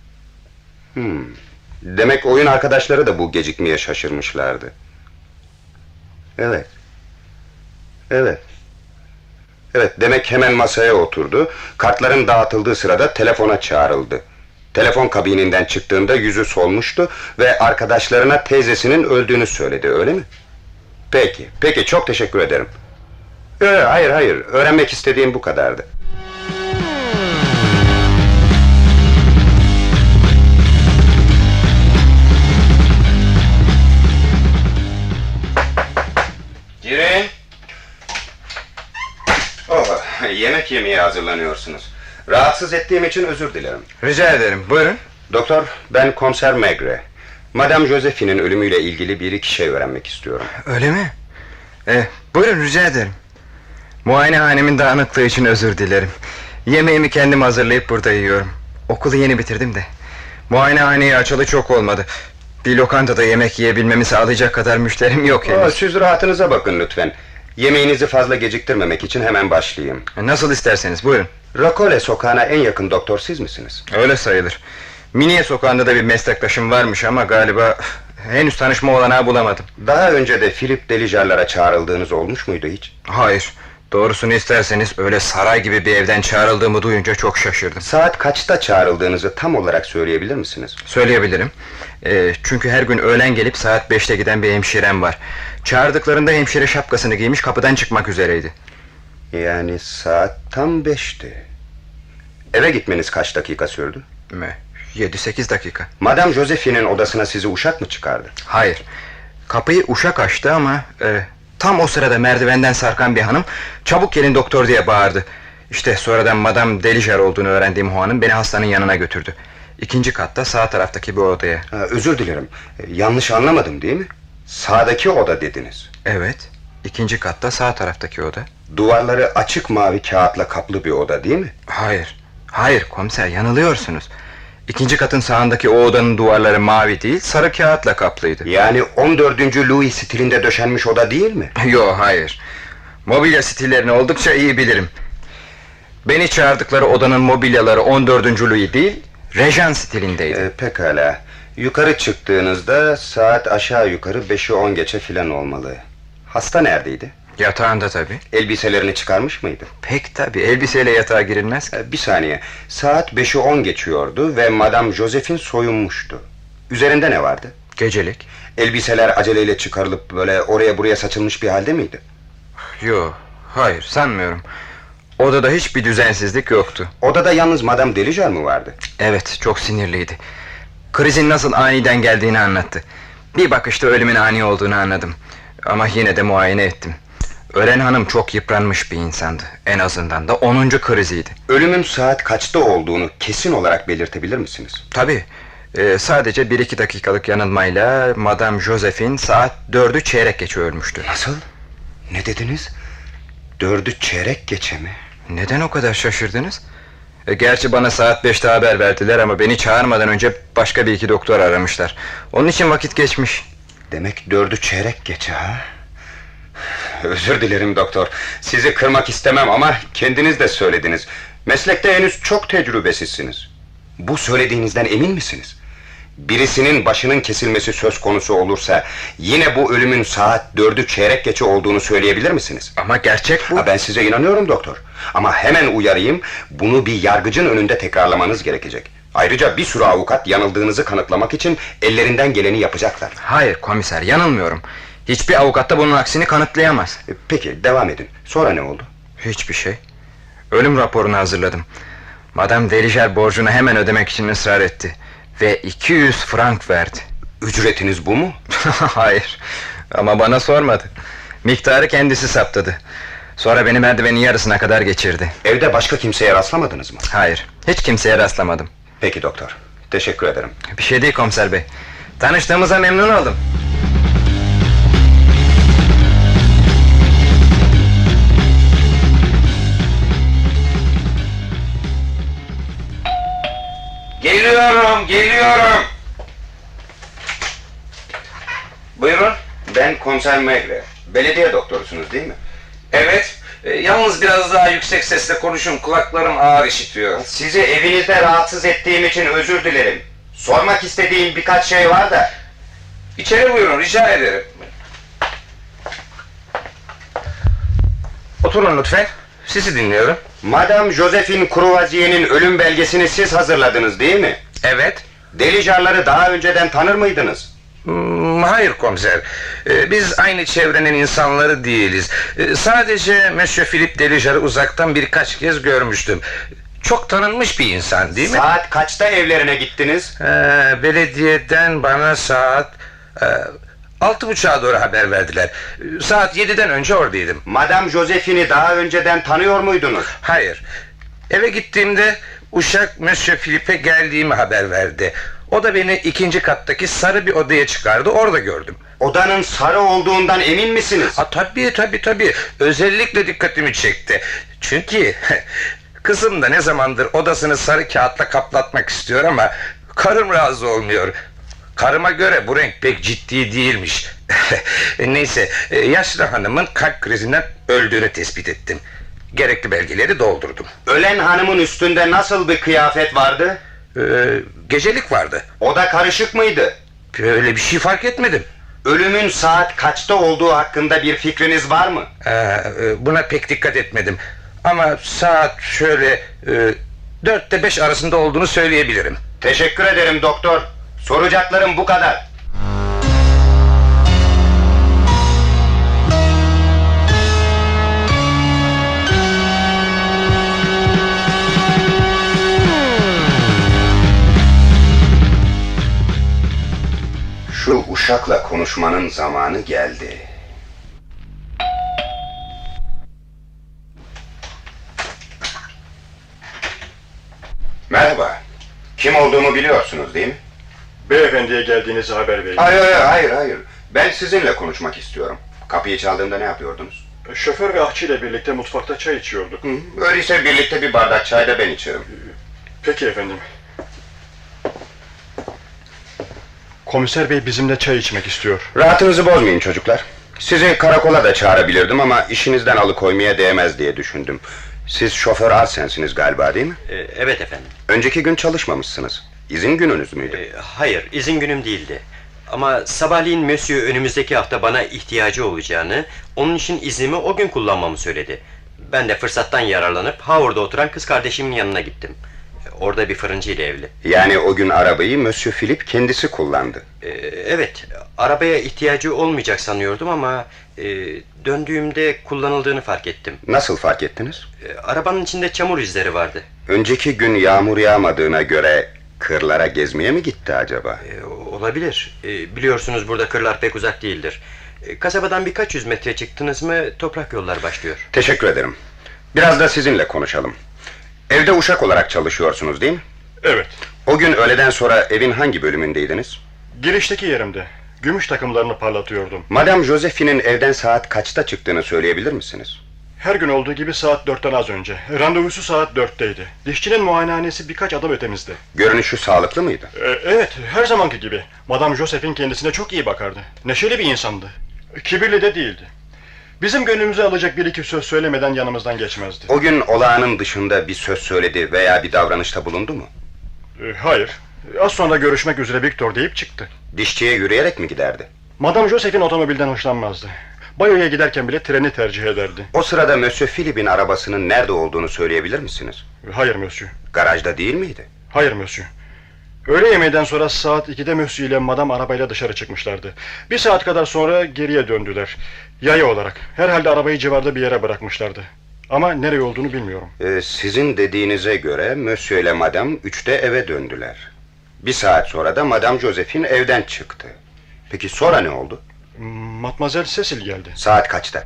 Demek oyun arkadaşları da bu gecikmeye şaşırmışlardı. Evet. Evet, demek hemen masaya oturdu. Kartların dağıtıldığı sırada telefona çağrıldı. Telefon kabininden çıktığında yüzü solmuştu ve arkadaşlarına teyzesinin öldüğünü söyledi, öyle mi? Peki, çok teşekkür ederim. Hayır, öğrenmek istediğim bu kadardı. Girin. Yemek yemeye hazırlanıyorsunuz. Rahatsız ettiğim için özür dilerim. Rica ederim, buyurun. Doktor, ben komiser Maigret. Madame Josephine'in ölümüyle ilgili bir iki şey öğrenmek istiyorum. Öyle mi? Buyurun, rica ederim. Muayenehanemin dağınıklığı için özür dilerim. Yemeğimi kendim hazırlayıp burada yiyorum. Okulu yeni bitirdim de. Muayenehaneyi açalı çok olmadı. Bir lokantada yemek yiyebilmemi sağlayacak kadar müşterim yok henüz. Siz rahatınıza bakın lütfen. Yemeğinizi fazla geciktirmemek için hemen başlayayım. Nasıl isterseniz, buyurun. Rakole sokağına en yakın doktor siz misiniz? Öyle sayılır. Miniye sokağında da bir meslektaşım varmış ama galiba henüz tanışma olanağı bulamadım. Daha önce de Philippe Delijar'lara çağrıldığınız olmuş muydu hiç? Hayır. Doğrusunu isterseniz öyle saray gibi bir evden çağrıldığımı duyunca çok şaşırdım. Saat kaçta çağrıldığınızı tam olarak söyleyebilir misiniz? Söyleyebilirim. Çünkü her gün öğlen gelip saat 5'te giden bir hemşirem var. Çağırdıklarında hemşire şapkasını giymiş kapıdan çıkmak üzereydi. Yani saat tam 5'ti. Eve gitmeniz kaç dakika sürdü? 7-8 dakika. Madame Josephine'in odasına sizi uşak mı çıkardı? Hayır. Kapıyı uşak açtı ama tam o sırada merdivenden sarkan bir hanım "Çabuk gelin doktor" diye bağırdı. İşte sonradan Madame Delijar olduğunu öğrendiğim o hanım beni hastanın yanına götürdü. 2. katta sağ taraftaki bir odaya. Özür dilerim. Yanlış anlamadım değil mi? Sağdaki oda dediniz. Evet. 2. katta sağ taraftaki oda. Duvarları açık mavi kağıtla kaplı bir oda değil mi? Hayır komiser, yanılıyorsunuz. 2. katın sağındaki o odanın duvarları mavi değil, sarı kağıtla kaplıydı. Yani 14. Louis stilinde döşenmiş oda değil mi? Hayır. Mobilya stillerini oldukça iyi bilirim. Beni çağırdıkları odanın mobilyaları 14. Louis değil, Rejan stilindeydi. Pekala. Yukarı çıktığınızda saat aşağı yukarı 5'i 10 geçe filan olmalı. Hasta neredeydi? Yatağında tabii. Elbiselerini çıkarmış mıydı? Pek tabii, elbiseyle yatağa girilmez ki. Bir saniye. Saat 5'i 10 geçiyordu ve Madame Josephine soyunmuştu. Üzerinde ne vardı? Gecelik. Elbiseler aceleyle çıkarılıp böyle oraya buraya saçılmış bir halde miydi? Hayır, sanmıyorum. Odada hiçbir düzensizlik yoktu. Odada yalnız Madame Delijar mı vardı? Evet, çok sinirliydi. Krizin nasıl aniden geldiğini anlattı. Bir bakışta ölümün ani olduğunu anladım. Ama yine de muayene ettim. Ölen hanım çok yıpranmış bir insandı. En azından da 10. kriziydi. Ölümün saat kaçta olduğunu kesin olarak belirtebilir misiniz? Tabii. Sadece 1-2 dakikalık yanılmayla Madame Josephine saat 4'ü çeyrek geçe ölmüştü. Nasıl? Ne dediniz? 4'ü çeyrek geçe mi? Neden o kadar şaşırdınız? Gerçi bana saat 5'te haber verdiler ama beni çağırmadan önce başka bir iki doktor aramışlar. Onun için vakit geçmiş. Demek 4'ü çeyrek geçe ha? Özür dilerim doktor. Sizi kırmak istemem ama kendiniz de söylediniz. Meslekte henüz çok tecrübesizsiniz. Bu söylediğinizden emin misiniz? Birisinin başının kesilmesi söz konusu olursa yine bu ölümün saat 4'ü çeyrek geçe olduğunu söyleyebilir misiniz? Ama gerçek bu. Ben size inanıyorum doktor. Ama hemen uyarayım, bunu bir yargıcın önünde tekrarlamanız gerekecek. Ayrıca bir sürü avukat yanıldığınızı kanıtlamak için ellerinden geleni yapacaklar. Hayır komiser, yanılmıyorum. Hiçbir avukat da bunun aksini kanıtlayamaz. Peki devam edin. Sonra ne oldu? Hiçbir şey. Ölüm raporunu hazırladım. Madame Delijar borcunu hemen ödemek için ısrar etti. Ve 200 frank verdi. Ücretiniz bu mu? Hayır. Ama bana sormadı. Miktarı kendisi saptadı. Sonra beni merdivenin yarısına kadar geçirdi. Evde başka kimseye rastlamadınız mı? Hayır. Hiç kimseye rastlamadım. Peki doktor. Teşekkür ederim. Bir şey değil komiser bey. Tanıştığımıza memnun oldum. Geliyorum. Buyurun. Ben komiser Megre. Belediye doktorusunuz değil mi? Evet. Yalnız biraz daha yüksek sesle konuşun. Kulaklarım ağır işitiyor. Sizi evinizde rahatsız ettiğim için özür dilerim. Sormak istediğim birkaç şey var da. İçeri buyurun, rica ederim. Oturun lütfen. Sizi dinliyorum. Madame Josephine Courvoisier'in ölüm belgesini siz hazırladınız değil mi? Evet. Delijarları daha önceden tanır mıydınız? Hayır komiser. Biz aynı çevrenin insanları değiliz. Sadece Monsieur Philippe Delijar'ı uzaktan birkaç kez görmüştüm. Çok tanınmış bir insan değil mi? Saat kaçta evlerine gittiniz? Belediyeden bana saat 6.30'a doğru haber verdiler. Saat 7'den önce oradaydım. Madame Josephine'i daha önceden tanıyor muydunuz? Hayır. Eve gittiğimde uşak Monsieur Philippe'e geldiğimi haber verdi. O da beni 2. kattaki sarı bir odaya çıkardı, orada gördüm. Odanın sarı olduğundan emin misiniz? Tabii. Özellikle dikkatimi çekti. Çünkü kızım da ne zamandır odasını sarı kağıtla kaplatmak istiyor ama karım razı olmuyor. Karıma göre bu renk pek ciddi değilmiş. Neyse, yaşlı hanımın kalp krizinden öldüğünü tespit ettim. Gerekli belgeleri doldurdum. Ölen hanımın üstünde nasıl bir kıyafet vardı? Gecelik vardı. Oda karışık mıydı? Öyle bir şey fark etmedim. Ölümün saat kaçta olduğu hakkında bir fikriniz var mı? Buna pek dikkat etmedim. Ama saat şöyle 4'te 5 arasında olduğunu söyleyebilirim. Teşekkür ederim doktor. Soracaklarım bu kadar. Şu uşakla konuşmanın zamanı geldi. Merhaba. Kim olduğumu biliyorsunuz değil mi? Beyefendiye geldiğinizi haber vereyim. Hayır. Ben sizinle konuşmak istiyorum. Kapıyı çaldığımda ne yapıyordunuz? Şoför ve ahçı ile birlikte mutfakta çay içiyorduk. Öyleyse birlikte bir bardak çay da ben içerim. Peki efendim. Komiser bey bizimle çay içmek istiyor. Rahatınızı bozmayın çocuklar. Sizi karakola da çağırabilirdim ama işinizden alıkoymaya değmez diye düşündüm. Siz şoför Arsen'siniz galiba değil mi? Evet efendim. Önceki gün çalışmamışsınız. İzin gününüz müydü? Hayır, izin günüm değildi. Ama sabahleyin Monsieur önümüzdeki hafta bana ihtiyacı olacağını, onun için iznimi o gün kullanmamı söyledi. Ben de fırsattan yararlanıp Howard'da oturan kız kardeşimin yanına gittim. Orada bir fırıncı ile evli. Yani o gün arabayı Monsieur Philip kendisi kullandı. Evet, arabaya ihtiyacı olmayacak sanıyordum ama döndüğümde kullanıldığını fark ettim. Nasıl fark ettiniz? Arabanın içinde çamur izleri vardı. Önceki gün yağmur yağmadığına göre kırlara gezmeye mi gitti acaba? Olabilir. Biliyorsunuz burada kırlar pek uzak değildir. Kasabadan birkaç yüz metre çıktınız mı toprak yollar başlıyor. Teşekkür ederim. Biraz da sizinle konuşalım. Evde uşak olarak çalışıyorsunuz değil mi? Evet. O gün öğleden sonra evin hangi bölümündeydiniz? Girişteki yerimde. Gümüş takımlarını parlatıyordum. Madame Josephine'in evden saat kaçta çıktığını söyleyebilir misiniz? Her gün olduğu gibi saat 4'ten az önce. Randevusu saat 4'teydi. Dişçinin muayenehanesi birkaç adım ötemizde. Görünüşü sağlıklı mıydı? Evet, her zamanki gibi. Madame Josephine kendisine çok iyi bakardı. Neşeli bir insandı. Kibirli de değildi. Bizim gönlümüzü alacak bir iki söz söylemeden yanımızdan geçmezdi. O gün olağanın dışında bir söz söyledi veya bir davranışta bulundu mu? Hayır. Az sonra görüşmek üzere Victor deyip çıktı. Dişçiye yürüyerek mi giderdi? Madame Josephine otomobilden hoşlanmazdı. Banyoya giderken bile treni tercih ederdi. O sırada Monsieur Philip'in arabasının nerede olduğunu söyleyebilir misiniz? Hayır Monsieur. Garajda değil miydi? Hayır Monsieur. Öğle yemeğinden sonra saat 2'de Monsieur ile Madame arabayla dışarı çıkmışlardı. Bir saat kadar sonra geriye döndüler. Yaya olarak. Herhalde arabayı civarda bir yere bırakmışlardı. Ama nereye olduğunu bilmiyorum. Sizin dediğinize göre Monsieur ile Madame 3'te eve döndüler. Bir saat sonra da Madame Josephine evden çıktı. Peki sonra ne oldu? Mademoiselle Cecil geldi. Saat kaçta?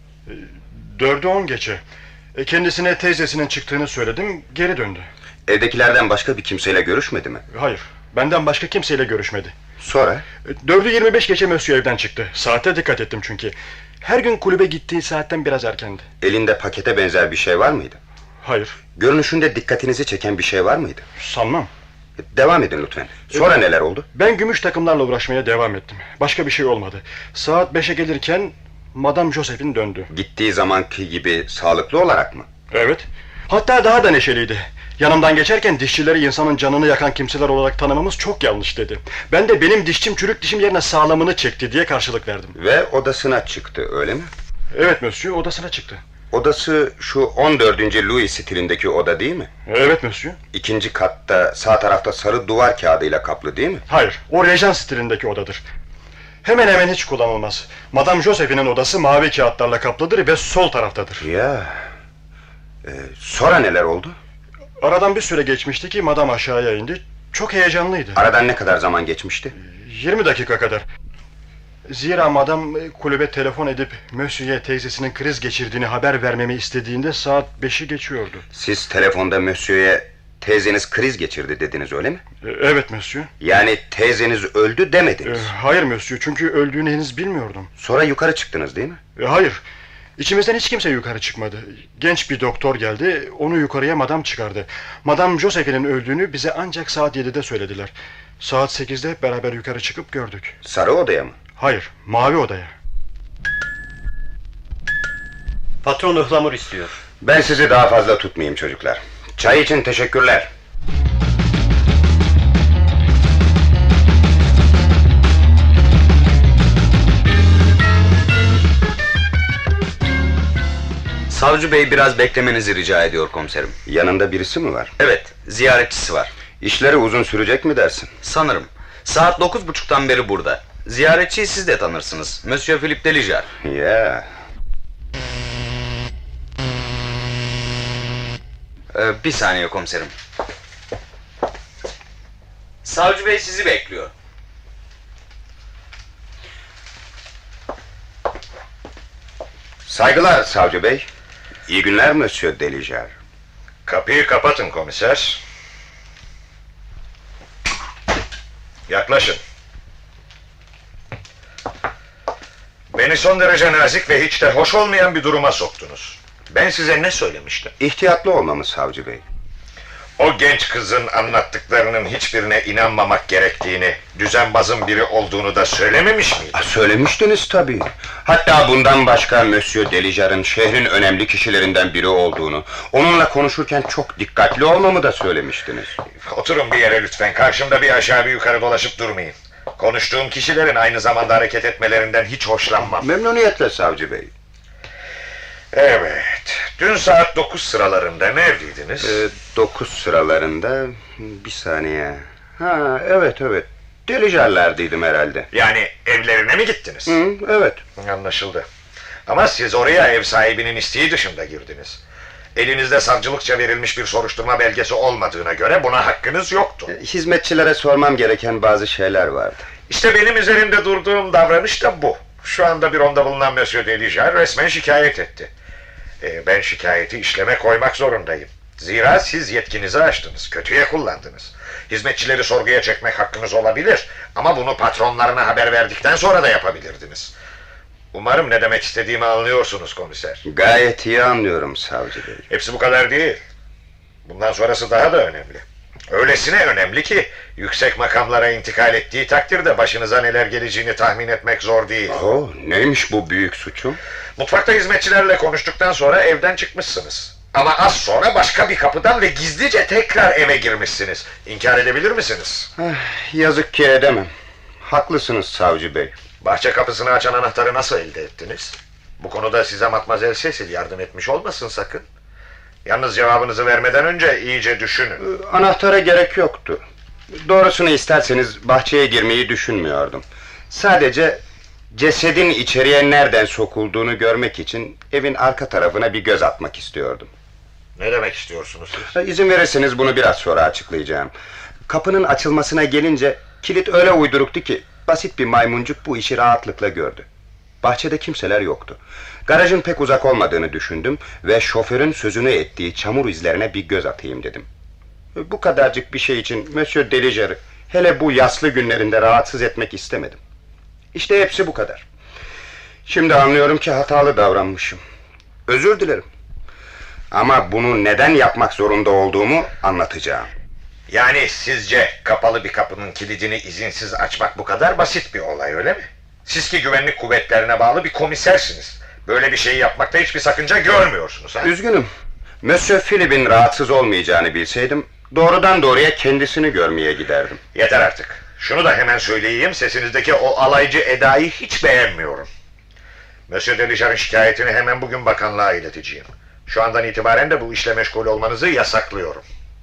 4'ü 10 geçe. Kendisine teyzesinin çıktığını söyledim, geri döndü. Evdekilerden başka bir kimseyle görüşmedi mi? Hayır, benden başka kimseyle görüşmedi. Sonra? 4'ü 25 geçe Monsieur evden çıktı. Saate dikkat ettim çünkü. Her gün kulübe gittiği saatten biraz erkendi. Elinde pakete benzer bir şey var mıydı? Hayır. Görünüşünde dikkatinizi çeken bir şey var mıydı? Sanmam. Devam edin lütfen. Sonra neler oldu? Ben gümüş takımlarla uğraşmaya devam ettim. Başka bir şey olmadı. Saat 5'e gelirken Madame Josephine döndü. Gittiği zamanki gibi sağlıklı olarak mı? Evet. Hatta daha da neşeliydi. Yanımdan geçerken dişçileri insanın canını yakan kimseler olarak tanımamız çok yanlış dedi. Ben de benim dişçim çürük dişim yerine sağlamını çekti diye karşılık verdim. Ve odasına çıktı öyle mi? Evet Monsieur, odasına çıktı. Odası şu 14. Louis stilindeki oda değil mi? Evet Monsieur. İkinci katta sağ tarafta sarı duvar kağıdıyla kaplı değil mi? Hayır, o Rejan stilindeki odadır. Hemen hemen hiç kullanılmaz. Madame Josephine'in odası mavi kağıtlarla kaplıdır ve sol taraftadır. Ya. Sonra neler oldu? Aradan bir süre geçmişti ki Madame aşağıya indi. Çok heyecanlıydı. Aradan ne kadar zaman geçmişti? 20 dakika kadar. Zira Madame kulübe telefon edip Monsieur'e teyzesinin kriz geçirdiğini haber vermemi istediğinde saat 5'i geçiyordu. Siz telefonda Monsieur'e teyzeniz kriz geçirdi dediniz öyle mi? Evet Monsieur. Yani teyzeniz öldü demediniz. Hayır Monsieur, çünkü öldüğünü henüz bilmiyordum. Sonra yukarı çıktınız değil mi? Hayır. İçimizden hiç kimse yukarı çıkmadı. Genç bir doktor geldi, onu yukarıya Madame çıkardı. Madame Josephine'in öldüğünü bize ancak saat 7'de söylediler. Saat 8'de hep beraber yukarı çıkıp gördük. Sarı odaya mı? Hayır, mavi odaya. Patron ıhlamur istiyor. Ben sizi daha fazla tutmayayım çocuklar. Çay için teşekkürler. Savcı bey biraz beklemenizi rica ediyor komiserim. Yanında birisi mi var? Evet, ziyaretçisi var. İşleri uzun sürecek mi dersin? Sanırım. Saat 9.30'dan beri burada. Ziyaretçiyi siz de tanırsınız. Monsieur Philippe Delijar. Ya. Bir saniye komiserim. Savcı bey sizi bekliyor. Saygılar savcı bey. İyi günler Monsieur Delijar. Kapıyı kapatın komiser. Yaklaşın. Beni son derece nazik ve hiç de hoş olmayan bir duruma soktunuz. Ben size ne söylemiştim? İhtiyatlı olmamız savcı bey. O genç kızın anlattıklarının hiçbirine inanmamak gerektiğini, düzenbazın biri olduğunu da söylememiş miydim? Söylemiştiniz tabii. Hatta bundan başka Monsieur Delijar'ın şehrin önemli kişilerinden biri olduğunu, onunla konuşurken çok dikkatli olmamı da söylemiştiniz. Oturun bir yere lütfen. Karşımda bir aşağı bir yukarı dolaşıp durmayın. Konuştuğum kişilerin aynı zamanda hareket etmelerinden hiç hoşlanmam. Memnuniyetle savcı bey. Evet, Dün saat 9 sıralarında neredeydiniz? 9 sıralarında... Bir saniye... Ha, evet. Delijerlerdeydim herhalde. Yani evlerine mi gittiniz? Hı, evet. Anlaşıldı. Ama siz oraya ev sahibinin isteği dışında girdiniz. Elinizde savcılıkça verilmiş bir soruşturma belgesi olmadığına göre buna hakkınız yoktu. Hizmetçilere sormam gereken bazı şeyler vardı. İşte benim üzerinde durduğum davranış da bu. Şu anda bir onda bulunan Monsieur Delijer resmen şikayet etti. Ben şikayeti işleme koymak zorundayım. Zira siz yetkinizi aştınız, kötüye kullandınız. Hizmetçileri sorguya çekmek hakkınız olabilir, ama bunu patronlarına haber verdikten sonra da yapabilirdiniz. Umarım ne demek istediğimi anlıyorsunuz komiser. Gayet iyi anlıyorum savcı bey. Hepsi bu kadar değil. Bundan sonrası daha da önemli. Öylesine önemli ki yüksek makamlara intikal ettiği takdirde başınıza neler geleceğini tahmin etmek zor değil. Neymiş bu büyük suçum? Mutfakta hizmetçilerle konuştuktan sonra evden çıkmışsınız. Ama az sonra başka bir kapıdan ve gizlice tekrar eve girmişsiniz. İnkar edebilir misiniz? Yazık ki edemem. Haklısınız savcı bey. Bahçe kapısını açan anahtarı nasıl elde ettiniz? Bu konuda size Matmazel Cecil yardım etmiş olmasın sakın. Yalnız cevabınızı vermeden önce iyice düşünün. Anahtara gerek yoktu. Doğrusunu isterseniz bahçeye girmeyi düşünmüyordum. Sadece cesedin içeriye nereden sokulduğunu görmek için evin arka tarafına bir göz atmak istiyordum. Ne demek istiyorsunuz siz? İzin verirseniz bunu biraz sonra açıklayacağım. Kapının açılmasına gelince kilit öyle uyduruktu ki basit bir maymuncuk bu işi rahatlıkla gördü. Bahçede kimseler yoktu. Garajın pek uzak olmadığını düşündüm ve şoförün sözünü ettiği çamur izlerine bir göz atayım dedim. Bu kadarcık bir şey için Monsieur Delijer'i hele bu yaslı günlerinde rahatsız etmek istemedim. İşte hepsi bu kadar. Şimdi anlıyorum ki hatalı davranmışım. Özür dilerim. Ama bunu neden yapmak zorunda olduğumu anlatacağım. Yani sizce kapalı bir kapının kilidini izinsiz açmak bu kadar basit bir olay, öyle mi? Siz ki güvenlik kuvvetlerine bağlı bir komisersiniz. Böyle bir şeyi yapmakta hiçbir sakınca görmüyorsunuz, ha? Üzgünüm. Monsieur Philip'in rahatsız olmayacağını bilseydim doğrudan doğruya kendisini görmeye giderdim. Yeter artık. Şunu da hemen söyleyeyim, sesinizdeki o alaycı edayı hiç beğenmiyorum. Monsieur Delijer'in şikayetini hemen bugün bakanlığa ileteceğim. Şu andan itibaren de bu işle meşgul olmanızı yasaklıyorum.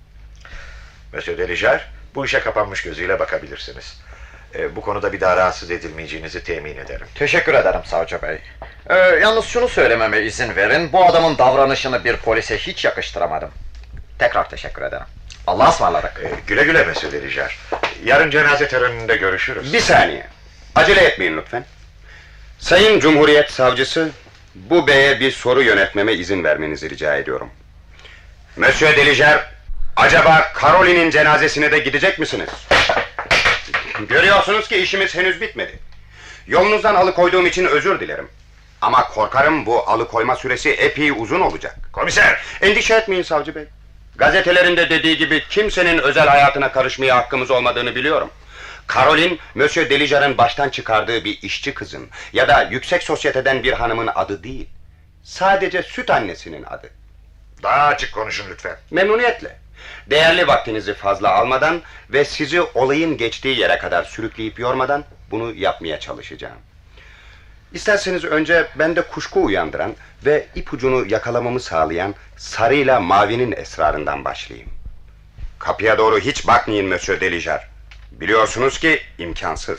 Monsieur Delijer, bu işe kapanmış gözüyle bakabilirsiniz. Bu konuda bir daha rahatsız edilmeyeceğinizi temin ederim. Teşekkür ederim savcı bey. Yalnız şunu söylememe izin verin. Bu adamın davranışını bir polise hiç yakıştıramadım. Tekrar teşekkür ederim. Allah'a ısmarladık. Güle güle Monsieur Delijer. Yarın cenaze töreninde görüşürüz. Bir saniye. Acele etmeyin lütfen. Sayın Cumhuriyet Savcısı, bu beye bir soru yönetmeme izin vermenizi rica ediyorum. Monsieur Delijer, acaba Caroline'in cenazesine de gidecek misiniz? Görüyorsunuz ki işimiz henüz bitmedi. Yolunuzdan alıkoyduğum için özür dilerim. Ama korkarım bu alıkoyma süresi epey uzun olacak. Komiser! Endişe etmeyin savcı bey. Gazetelerinde dediği gibi kimsenin özel hayatına karışmaya hakkımız olmadığını biliyorum. Caroline, Monsieur Delijer'in baştan çıkardığı bir işçi kızın ya da yüksek sosyeteden bir hanımın adı değil. Sadece süt annesinin adı. Daha açık konuşun lütfen. Memnuniyetle. Değerli vaktinizi fazla almadan ve sizi olayın geçtiği yere kadar sürükleyip yormadan bunu yapmaya çalışacağım. İsterseniz önce bende kuşku uyandıran ve ipucunu yakalamamı sağlayan sarıyla mavinin esrarından başlayayım. Kapıya doğru hiç bakmayın Monsieur Delijer. Biliyorsunuz ki imkansız.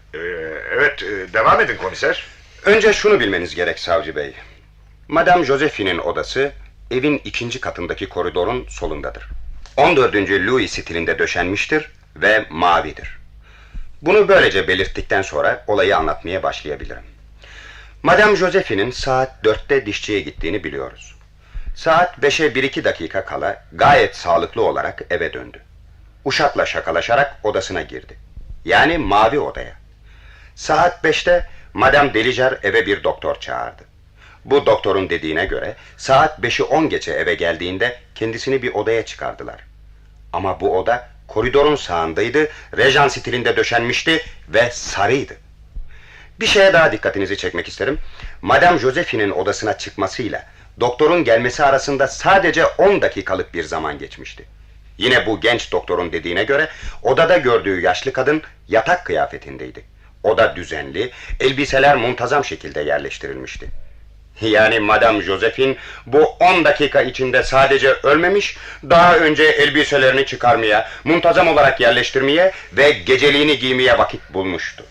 Evet, devam edin komiser. Önce şunu bilmeniz gerek savcı bey. Madame Josephine'in odası evin 2. katındaki koridorun solundadır. 14. Louis stilinde döşenmiştir ve mavidir. Bunu böylece belirttikten sonra olayı anlatmaya başlayabilirim. Madame Josephine'in saat 4'te dişçiye gittiğini biliyoruz. Saat 5'e 1-2 dakika kala gayet sağlıklı olarak eve döndü. Uşakla şakalaşarak odasına girdi. Yani mavi odaya. Saat 5'te Madame Delijer eve bir doktor çağırdı. Bu doktorun dediğine göre saat 5'i 10 geçe eve geldiğinde kendisini bir odaya çıkardılar. Ama bu oda koridorun sağındaydı, Rejan stilinde döşenmişti ve sarıydı. Bir şeye daha dikkatinizi çekmek isterim. Madame Josephine'in odasına çıkmasıyla doktorun gelmesi arasında sadece 10 dakikalık bir zaman geçmişti. Yine bu genç doktorun dediğine göre odada gördüğü yaşlı kadın yatak kıyafetindeydi. Oda düzenli, elbiseler muntazam şekilde yerleştirilmişti. Yani Madame Josephine bu 10 dakika içinde sadece ölmemiş, daha önce elbiselerini çıkarmaya, muntazam olarak yerleştirmeye ve geceliğini giymeye vakit bulmuştu.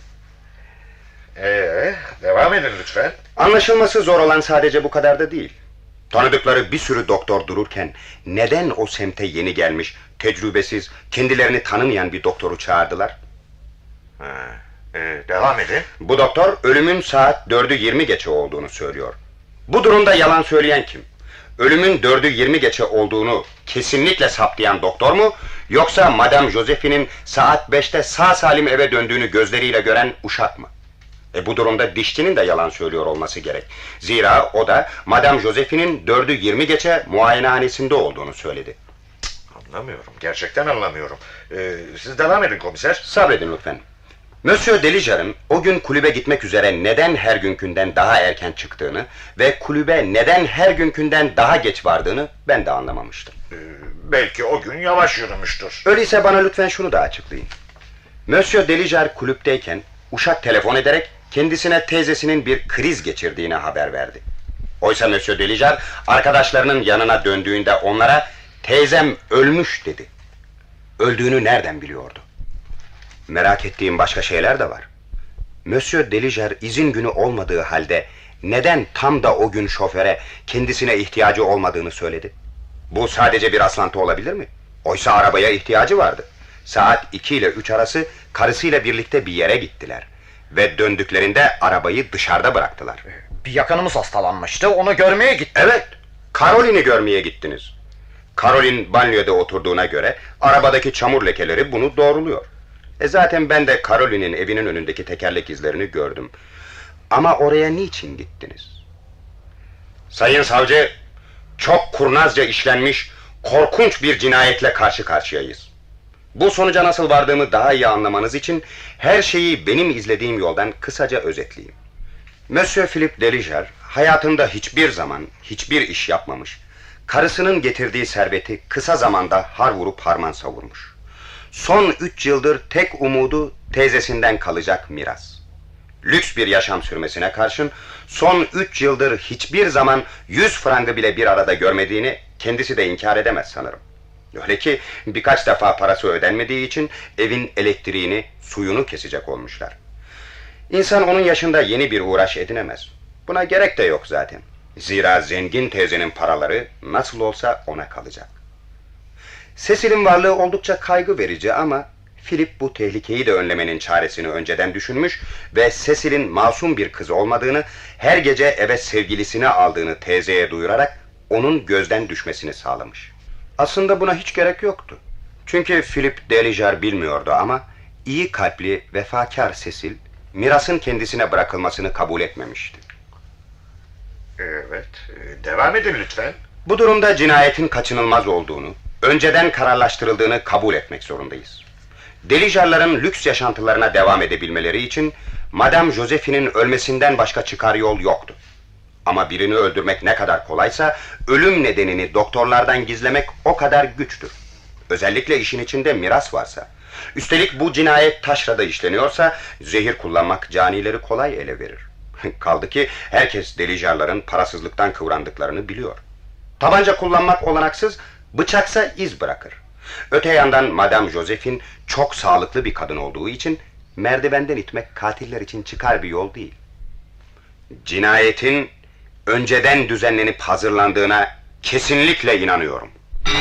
Devam edin lütfen. Anlaşılması zor olan sadece bu kadar da değil. Tanıdıkları bir sürü doktor dururken neden o semte yeni gelmiş, tecrübesiz, kendilerini tanımayan bir doktoru çağırdılar? Devam edin. Bu doktor ölümün saat 4'ü 20 geçe olduğunu söylüyor. Bu durumda yalan söyleyen kim? Ölümün 4'ü 20 geçe olduğunu kesinlikle saptayan doktor mu? Yoksa Madame Josephine'in saat 5'te sağ salim eve döndüğünü gözleriyle gören uşak mı? Bu durumda dişçinin de yalan söylüyor olması gerek. Zira o da Madame Josephine'in 4'ü 20 geçe muayenehanesinde olduğunu söyledi. Anlamıyorum. Gerçekten anlamıyorum. Siz devam edin komiser. Sabredin lütfen. Monsieur Delijar'ın o gün kulübe gitmek üzere neden her günkünden daha erken çıktığını ve kulübe neden her günkünden daha geç vardığını ben de anlamamıştım. Belki o gün yavaş yürümüştür. Öyleyse bana lütfen şunu da açıklayın. Monsieur Delijar kulüpteyken uşak telefon ederek kendisine teyzesinin bir kriz geçirdiğine haber verdi. Oysa Monsieur Delijar arkadaşlarının yanına döndüğünde onlara teyzem ölmüş dedi. Öldüğünü nereden biliyordu? Merak ettiğim başka şeyler de var. Monsieur Delijar izin günü olmadığı halde neden tam da o gün şoföre kendisine ihtiyacı olmadığını söyledi? Bu sadece bir rastlantı olabilir mi? Oysa arabaya ihtiyacı vardı. Saat 2 ile 3 arası karısıyla birlikte bir yere gittiler. Ve döndüklerinde arabayı dışarıda bıraktılar. Bir yakınımız hastalanmıştı, onu görmeye gittik. Evet, Caroline'i görmeye gittiniz. Caroline banyoda oturduğuna göre arabadaki çamur lekeleri bunu doğruluyor. Zaten ben de Caroline'in evinin önündeki tekerlek izlerini gördüm. Ama oraya niçin gittiniz? Sayın savcı, çok kurnazca işlenmiş, korkunç bir cinayetle karşı karşıyayız. Bu sonuca nasıl vardığımı daha iyi anlamanız için her şeyi benim izlediğim yoldan kısaca özetleyeyim. Monsieur Philippe Delijar hayatında hiçbir zaman hiçbir iş yapmamış. Karısının getirdiği serveti kısa zamanda har vurup harman savurmuş. Son 3 yıldır tek umudu teyzesinden kalacak miras. Lüks bir yaşam sürmesine karşın son 3 yıldır hiçbir zaman 100 frangı bile bir arada görmediğini kendisi de inkar edemez sanırım. Öyle ki birkaç defa parası ödenmediği için evin elektriğini, suyunu kesecek olmuşlar. İnsan onun yaşında yeni bir uğraş edinemez. Buna gerek de yok zaten. Zira zengin teyzenin paraları nasıl olsa ona kalacak. Cecil'in varlığı oldukça kaygı verici ama Philip bu tehlikeyi de önlemenin çaresini önceden düşünmüş ve Cecil'in masum bir kız olmadığını, her gece eve sevgilisini aldığını teyzeye duyurarak onun gözden düşmesini sağlamış. Aslında buna hiç gerek yoktu. Çünkü Philip Delijar bilmiyordu ama iyi kalpli, vefakar Cecil mirasın kendisine bırakılmasını kabul etmemişti. Evet, devam edin lütfen. Bu durumda cinayetin kaçınılmaz olduğunu, önceden kararlaştırıldığını kabul etmek zorundayız. Delijarların lüks yaşantılarına devam edebilmeleri için Madame Josephine'in ölmesinden başka çıkar yol yoktu. Ama birini öldürmek ne kadar kolaysa ölüm nedenini doktorlardan gizlemek o kadar güçtür. Özellikle işin içinde miras varsa. Üstelik bu cinayet taşrada işleniyorsa zehir kullanmak canileri kolay ele verir. Kaldı ki herkes Delijarların parasızlıktan kıvrandıklarını biliyor. Tabanca kullanmak olanaksız, bıçaksa iz bırakır. Öte yandan Madame Josephine çok sağlıklı bir kadın olduğu için merdivenden itmek katiller için çıkar bir yol değil. Cinayetin önceden düzenlenip hazırlandığına kesinlikle inanıyorum.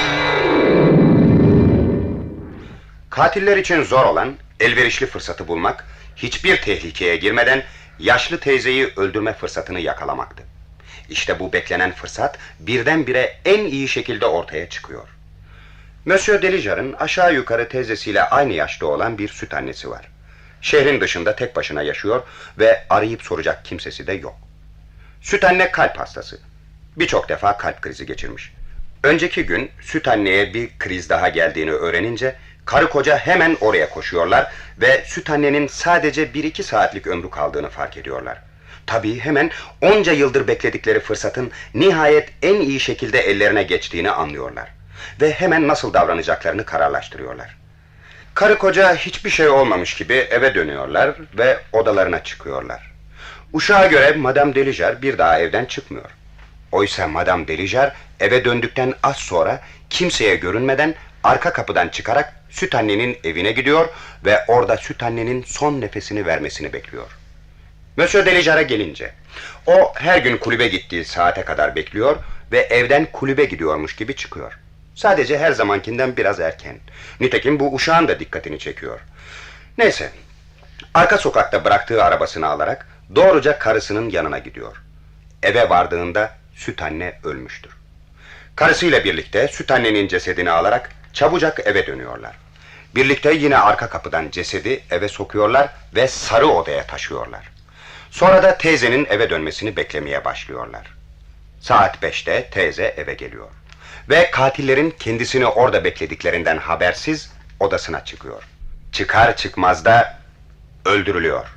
Katiller için zor olan elverişli fırsatı bulmak, hiçbir tehlikeye girmeden yaşlı teyzeyi öldürme fırsatını yakalamaktı. İşte bu beklenen fırsat birdenbire en iyi şekilde ortaya çıkıyor. Monsieur Delijar'ın aşağı yukarı teyzesiyle aynı yaşta olan bir süt annesi var. Şehrin dışında tek başına yaşıyor ve arayıp soracak kimsesi de yok. Süt anne kalp hastası. Birçok defa kalp krizi geçirmiş. Önceki gün süt anneye bir kriz daha geldiğini öğrenince karı koca hemen oraya koşuyorlar ve süt annenin sadece 1-2 saatlik ömrü kaldığını fark ediyorlar. Tabii hemen onca yıldır bekledikleri fırsatın nihayet en iyi şekilde ellerine geçtiğini anlıyorlar. Ve hemen nasıl davranacaklarını kararlaştırıyorlar. Karı koca hiçbir şey olmamış gibi eve dönüyorlar ve odalarına çıkıyorlar. Uşağa göre Madame Delijer bir daha evden çıkmıyor. Oysa Madame Delijer eve döndükten az sonra kimseye görünmeden arka kapıdan çıkarak süt annenin evine gidiyor ve orada süt annenin son nefesini vermesini bekliyor. Monsieur Delijer'e gelince, o her gün kulübe gittiği saate kadar bekliyor ve evden kulübe gidiyormuş gibi çıkıyor. Sadece her zamankinden biraz erken. Nitekim bu uşağın da dikkatini çekiyor. Neyse, arka sokakta bıraktığı arabasını alarak doğruca karısının yanına gidiyor. Eve vardığında süt anne ölmüştür. Karısıyla birlikte süt annenin cesedini alarak çabucak eve dönüyorlar. Birlikte yine arka kapıdan cesedi eve sokuyorlar ve sarı odaya taşıyorlar. Sonra da teyzenin eve dönmesini beklemeye başlıyorlar. Saat 5'te teyze eve geliyor. Ve katillerin kendisini orada beklediklerinden habersiz odasına çıkıyor. Çıkar çıkmaz da öldürülüyor.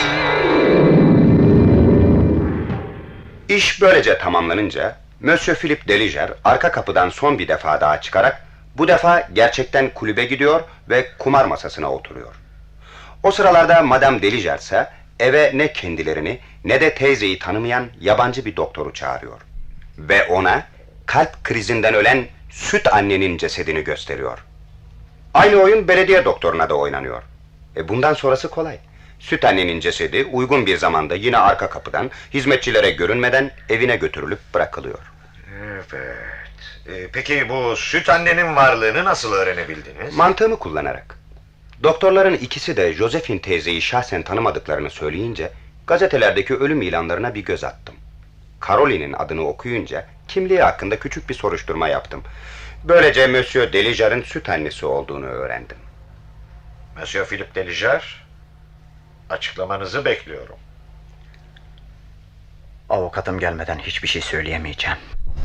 İş böylece tamamlanınca Monsieur Philippe Delijer arka kapıdan son bir defa daha çıkarak bu defa gerçekten kulübe gidiyor ve kumar masasına oturuyor. O sıralarda Madame Delijer ise eve ne kendilerini ne de teyzeyi tanımayan yabancı bir doktoru çağırıyor. Ve ona kalp krizinden ölen süt annenin cesedini gösteriyor. Aynı oyun belediye doktoruna da oynanıyor. Bundan sonrası kolay. Süt annenin cesedi uygun bir zamanda yine arka kapıdan hizmetçilere görünmeden evine götürülüp bırakılıyor. Evet. Peki bu süt annenin varlığını nasıl öğrenebildiniz? Mantığımı kullanarak. Doktorların ikisi de Josephine teyzeyi şahsen tanımadıklarını söyleyince gazetelerdeki ölüm ilanlarına bir göz attım. Caroline'in adını okuyunca kimliği hakkında küçük bir soruşturma yaptım. Böylece Monsieur Delijer'in süt annesi olduğunu öğrendim. Monsieur Philippe Delijer, açıklamanızı bekliyorum. Avukatım gelmeden hiçbir şey söyleyemeyeceğim.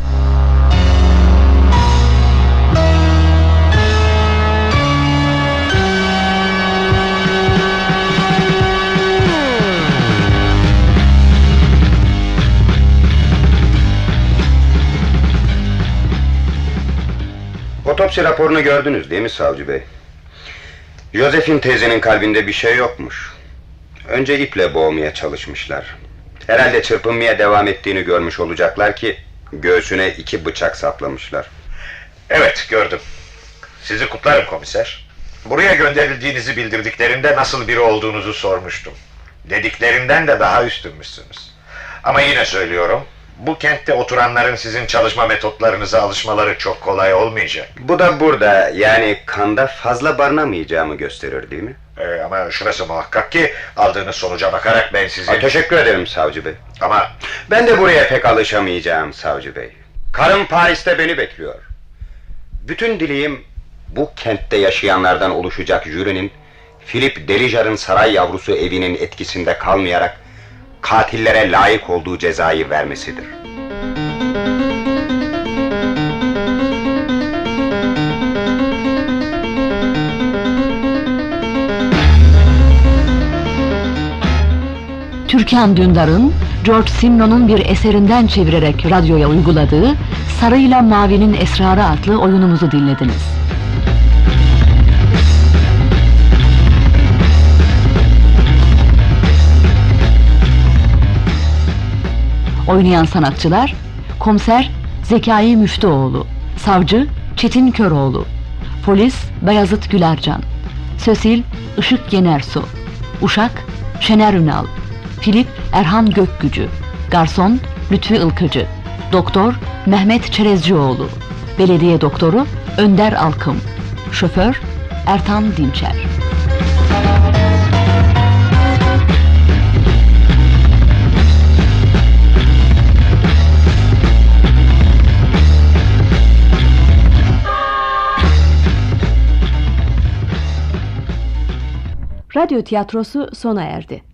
Otopsi raporunu gördünüz değil mi savcı bey? Josephine teyzenin kalbinde bir şey yokmuş. Önce iple boğmaya çalışmışlar. Herhalde çırpınmaya devam ettiğini görmüş olacaklar ki göğsüne 2 bıçak saplamışlar. Evet, gördüm. Sizi kutlarım komiser. Buraya gönderildiğinizi bildirdiklerinde nasıl biri olduğunuzu sormuştum. Dediklerinden de daha üstünmüşsünüz. Ama yine söylüyorum, bu kentte oturanların sizin çalışma metotlarınıza alışmaları çok kolay olmayacak. Bu da burada, yani kanda fazla barınamayacağımı gösterir değil mi? Ama şurası muhakkak ki aldığınız sonuca bakarak ben sizin... Teşekkür ederim savcı bey. Ama ben de buraya pek alışamayacağım savcı bey. Karım Paris'te beni bekliyor. Bütün dileğim bu kentte yaşayanlardan oluşacak jürinin Philippe Delijer'in saray yavrusu evinin etkisinde kalmayarak katillere layık olduğu cezayı vermesidir. Türkan Dündar'ın George Simenon'un bir eserinden çevirerek radyoya uyguladığı Sarıyla Mavinin Esrarı adlı oyunumuzu dinlediniz. Oynayan sanatçılar: Komiser Zekai Müftüoğlu, Savcı Çetin Köroğlu, Polis Beyazıt Gülercan, Sösil Işık Yenersu, Uşak Şener Ünal, Filip Erhan Gökgücü, Garson Lütfi Ilkıcı, Doktor Mehmet Çerezcioğlu, Belediye Doktoru Önder Alkım, Şoför Ertan Dinçer. Radyo tiyatrosu sona erdi.